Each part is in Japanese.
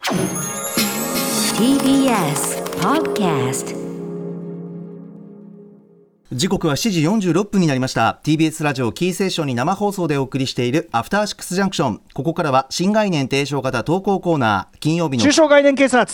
TBS Podcast。 時刻は7時46分になりました。 TBS ラジオキーセーションに生放送でお送りしているアフターシックスジャンクション。ここからは新概念提唱型投稿コーナー、金曜日の中小概念警察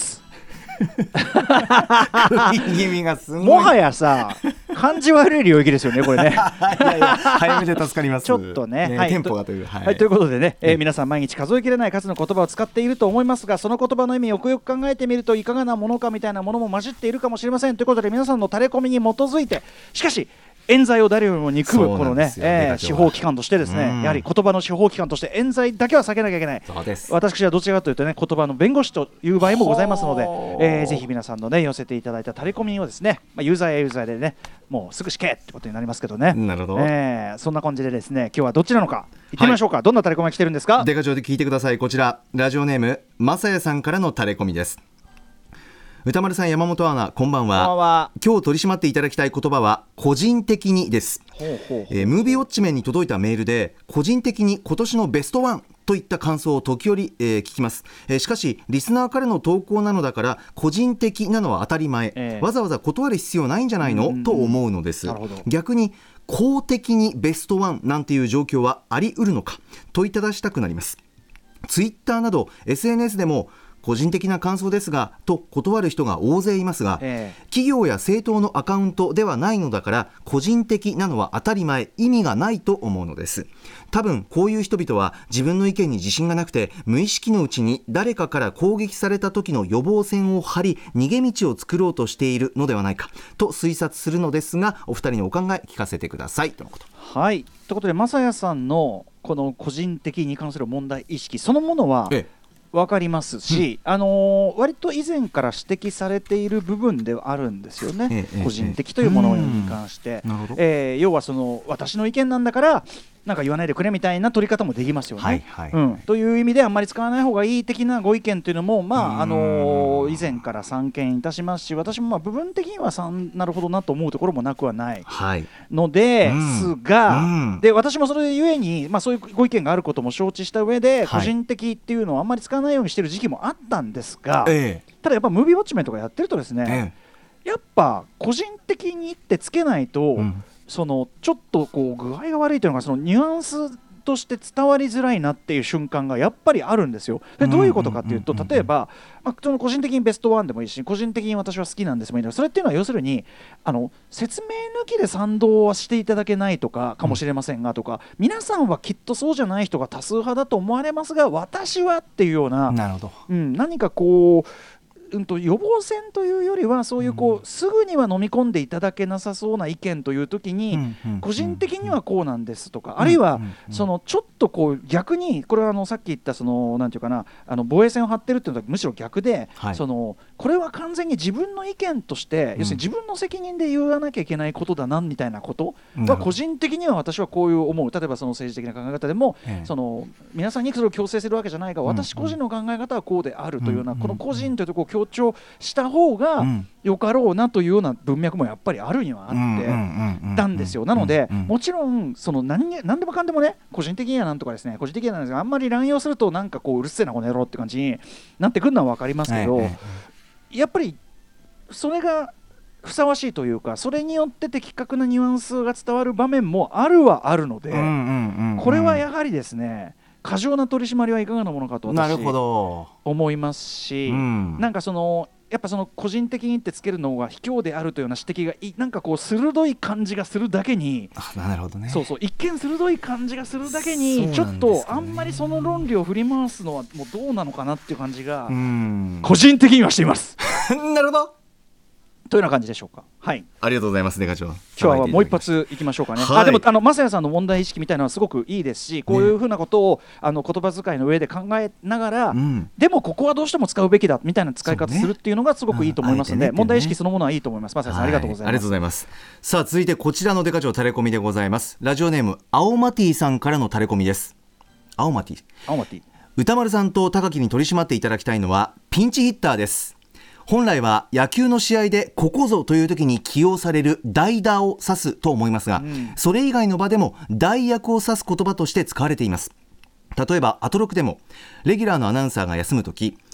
気味がすごい。 もはやさ感じ悪い領域ですよねこれねいやいや早めで助かりますちょっとね、はい、 テンポがという、 はい、ということでね、皆さん毎日数えきれない数の言葉を使っていると思いますが、その言葉の意味をよくよく考えてみるといかがなものかみたいなものも混じっているかもしれません。ということで皆さんのタレコミに基づいて、しかし冤罪を誰よりも憎むこのね、司法機関としてですね、やはり言葉の司法機関として冤罪だけは避けなきゃいけない。 そうです。 私はどちらかというとね、言葉の弁護士という場合もございますので、ぜひ皆さんのね寄せていただいたタレコミをですね、有罪や有罪でね、もうすぐ死刑ってことになりますけどね。 なるほど、 そんな感じでですね、今日はどっちなのか行ってみましょうか、はい、どんなタレコミが来てるんですか。 デカ長で聞いてください。こちらラジオネームまさやさんからのタレコミです。歌丸さん、山本アナ、こんばんは。今日取り締まっていただきたい言葉は個人的にです。ムービーウォッチメンに届いたメールで、個人的に今年のベストワンといった感想を時折、聞きます。しかしリスナーからの投稿なのだから個人的なのは当たり前、わざわざ断る必要ないんじゃないの、と思うのです。逆に公的にベストワンなんていう状況はあり得るのか問いただしたくなります。ツイッターなど SNS でも個人的な感想ですがと断る人が大勢いますが、企業や政党のアカウントではないのだから個人的なのは当たり前、意味がないと思うのです。多分こういう人々は自分の意見に自信がなくて、無意識のうちに誰かから攻撃された時の予防線を張り逃げ道を作ろうとしているのではないかと推察するのですが、お二人のお考え聞かせてくださいとのこと。 はい、ということでまさやさんのこの個人的に関する問題意識そのものは、分かりますし、割と以前から指摘されている部分ではあるんですよね、個人的というものに関して、要はその私の意見なんだからなんか言わないでくれみたいな取り方もできますよね、という意味であんまり使わない方がいい的なご意見というのも、以前から散見いたしますし、私も部分的にはなるほどなと思うところもなくはないのですが、で私もそれゆえに、そういうご意見があることも承知した上で、個人的っていうのはあんまり使わないようにしてる時期もあったんですが、ただやっぱムービーウォッチメンとかやってるとですね、やっぱ個人的にってつけないと、そのちょっとこう具合が悪いというのがそのニュアンスとして伝わりづらいなっていう瞬間がやっぱりあるんですよ。でどういうことかというと、例えば、その個人的にベストワンでもいいし、個人的に私は好きなんですもいいんだけど、それっていうのは要するに説明抜きで賛同はしていただけないとかかもしれませんがとか、皆さんはきっとそうじゃない人が多数派だと思われますが私はっていうような、何かこう予防線というよりはそういうすぐには飲み込んでいただけなさそうな意見という時に、個人的にはこうなんですとか、あるいはそのちょっとこう逆にこれはさっき言ったそのなんていうかな、防衛線を張ってるっていうのはむしろ逆で、そのこれは完全に自分の意見として、要するに自分の責任で言わなきゃいけないことだなみたいなことは個人的には私はこういう思う。例えばその政治的な考え方でも、その皆さんにそれを強制するわけじゃないが、私個人の考え方はこうであるというような、この個人というところを強調した方がよかろうなというような文脈もやっぱりあるにはあってたんですよ。なのでもちろんその何でもかんでもね、個人的にはなんとかですね、個人的にはなんですが、あんまり乱用するとなんかこううるせえなこの野郎って感じになってくるのは分かりますけど、やっぱりそれがふさわしいというか、それによって的確なニュアンスが伝わる場面もあるはあるので、これはやはりですね、過剰な取り締まりはいかがなものかと私思いますし、なんかそのやっぱその個人的にってつけるのが卑怯であるというような指摘がなんかこう鋭い感じがするだけに、一見鋭い感じがするだけに、ちょっとあんまりその論理を振り回すのはもうどうなのかなっていう感じが個人的にはしていますなるほどというような感じでしょうか。はい、 ありがとうございますね、課長。 今日はもう一発いきましょうかね。でもまさやさんの問題意識みたいなのはすごくいいですし、こういうふうなことを言葉遣いの上で考えながら、でもここはどうしても使うべきだみたいな使い方するっていうのがすごくいいと思いますので、問題意識そのものはいいと思います。まさやさん、ありがとうございます。 ありがとうございます。さあ続いてこちらのデカ長タレコミでございます。ラジオネーム青マティさんからのタレコミです。青マティ、歌丸さんと高木に取り締まっていただきたいのはピンチヒッターです。本来は野球の試合でここぞという時に起用される代打を指すと思いますが、それ以外の場でも代役を指す言葉として使われています。例えばアトロクでもレギュラーのアナウンサーが休むとき、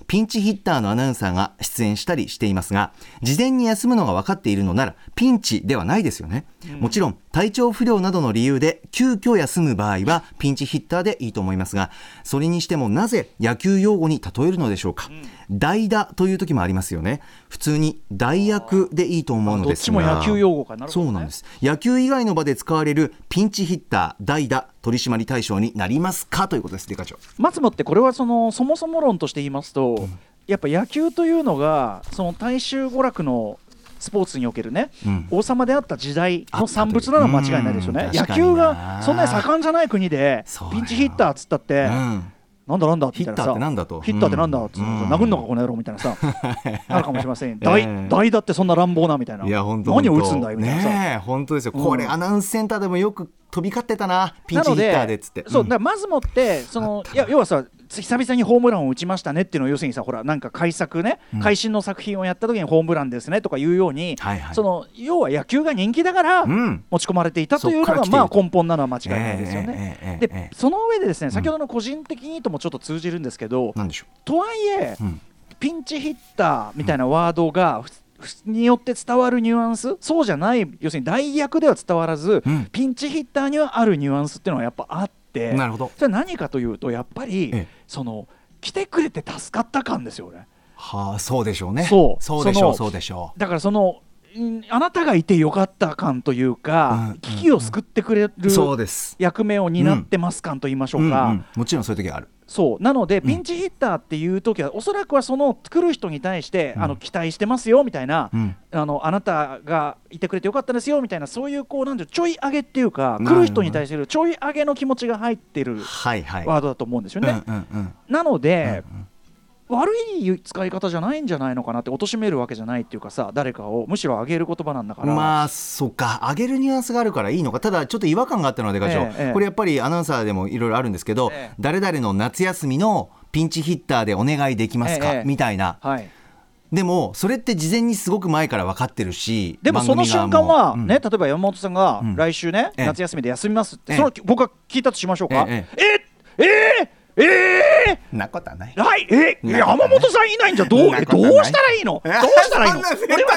ピンチヒッターのアナウンサーが出演したりしていますが、事前に休むのが分かっているのならピンチではないですよね。もちろん体調不良などの理由で急遽休む場合はピンチヒッターでいいと思いますが、それにしてもなぜ野球用語に例えるのでしょうか。代打という時もありますよね。普通に代役でいいと思うのですが、 どっちも野球用語かなるほどね。 そうなんです。野球以外の場で使われるピンチヒッター、代打、取締対象になりますかということです。デカ長、 まずもってこれはそもそも論として言いますと、やっぱ野球というのがその大衆娯楽のスポーツにおけるね、王様であった時代の産物なのは間違いないですよね。野球がそんなに盛んじゃない国でピンチヒッターっつったって、なんだって言ったらさ、ヒッターってなんだって殴るのかこの野郎みたいなさなるかもしれません。代打ってそんな乱暴なみたいな、何を打つんだいみたいなさ、 ね、本当ですよ。これアナウンスセンターでもよく飛び交ってたな、ピンチヒッターでっつって。 そうだからまずもって要はさ、久々にホームランを打ちましたねっていうのを要するにさ、ほらなんか改新の作品をやった時にホームランですねとかいうように、要は野球が人気だから持ち込まれていたというのがまあ根本なのは間違いないですよね。でその上でですね、先ほどの個人的にともちょっと通じるんですけど、とはいえピンチヒッターみたいなワードがによって伝わるニュアンス、そうじゃない、要するに代役では伝わらず、ピンチヒッターにはあるニュアンスっていうのはやっぱあって、 なるほど。 それは何かというと、やっぱり来てくれて助かった感ですよね。 はあ、そうでしょうね。 そうでしょう。 だからあなたがいてよかった感というか、危機を救ってくれる役目を担ってます感と言いましょうか。 もちろんそういう時がある。 そうなので、ピンチヒッターっていう時はおそらくはその来る人に対して、期待してますよみたいな、あなたがいてくれてよかったですよみたいな、そういうなんていうちょい上げっていうか、来る人に対するちょい上げの気持ちが入ってるワードだと思うんですよね。なので、悪い使い方じゃないんじゃないのかなって、貶めるわけじゃないっていうかさ、誰かをむしろ上げる言葉なんだから。 まあそうか、上げるニュアンスがあるからいいのか。ただちょっと違和感があったので、これやっぱりアナウンサーでもいろいろあるんですけど、誰々の夏休みのピンチヒッターでお願いできますか、みたいな、でもそれって事前にすごく前から分かってるし、 でもその瞬間はね、例えば山本さんが来週ね、夏休みで休みますって、僕が聞いたとしましょうか。 なことはない。 はい、山本さんいないんじゃどうしたらいいの？俺はどうしたらいいの？どう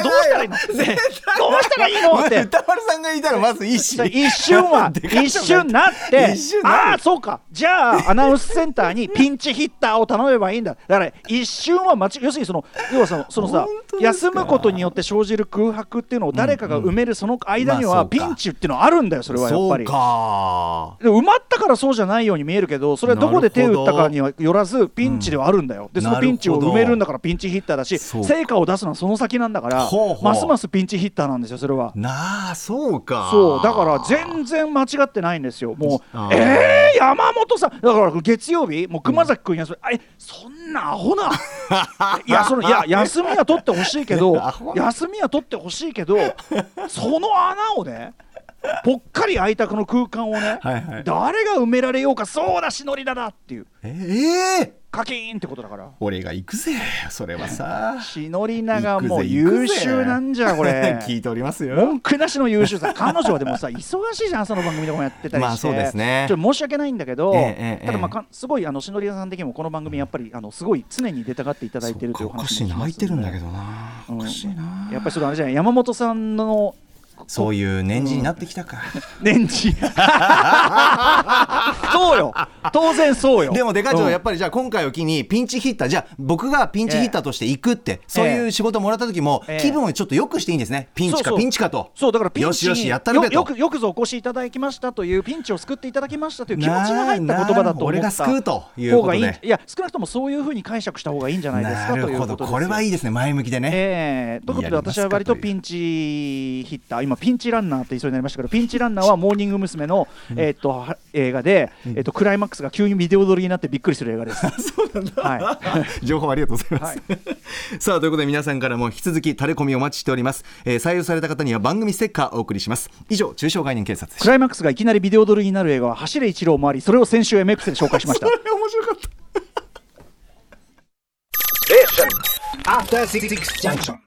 したらいいのって。 歌丸さんがいたらまず一瞬なってそうか、じゃあアナウンスセンターにピンチヒッターを頼めばいいんだ。だから一瞬は要するに要はそのさ、休むことによって生じる空白っていうのを誰かが埋めるその間にはピンチっていうのはあるんだよ。それはやっぱり埋まったからそうじゃないように見えるけど、それはどこで手打ったかにはよらずピンチではあるんだよ。でそのピンチを埋めるんだからピンチヒッターだし、成果を出すのはその先なんだから、ますますピンチヒッターなんですよ、それは。 そうか。 そうだから全然間違ってないんですよ。もう山本さんだから月曜日もう熊崎君そんなアホな休みは取ってほしいけどその穴をね、ぽっかり空いたこの空間をね、誰が埋められようか、そうだしのりだなっていう、カキーンってことだから。 俺が行くぜ、それはさ。 しのりながもう優秀なんじゃこれ。 聞いておりますよ。 文句なしの優秀さ。彼女はでもさ忙しいじゃん、朝の番組とかもやってたりして。 そうですね。 ちょっと申し訳ないんだけど、ただすごいしのりさん的にもこの番組やっぱりすごい常に出たがっていただいてるという話もします。 泣いてるんだけどな。おかしいな。 やっぱりそれあれじゃない、山本さんのそういう年次になってきたか。 年次そうよ、当然そうよ。 でもデカ長やっぱりじゃあ今回を機にピンチヒッター、じゃあ僕がピンチヒッターとして行くって、そういう仕事もらった時も気分をちょっと良くしていいんですね。ピンチかと。 そうだからピンチよしやったるべと、 よくぞお越しいただきましたという、ピンチを救っていただきましたという気持ちが入った言葉だと思った俺が救うということで、 いや少なくともそういう風に解釈した方がいいんじゃないですかということですよ。 これはいいですね、前向きでね。 ということで私は割とピンチヒッター、今ピンチランナーって言いそうになりましたけど、ピンチランナーはモーニング娘。の映画でクライマックスが急にビデオ撮りになってびっくりする映画です。 そうなんだ、情報ありがとうございます。さあということで皆さんからも引き続きタレコミお待ちしております。採用された方には番組ステッカーをお送りします。以上、中小概念警察でした。 クライマックスがいきなりビデオ撮りになる映画は走れ一郎もあり、それを先週 MX で紹介しました。 それ面白かった。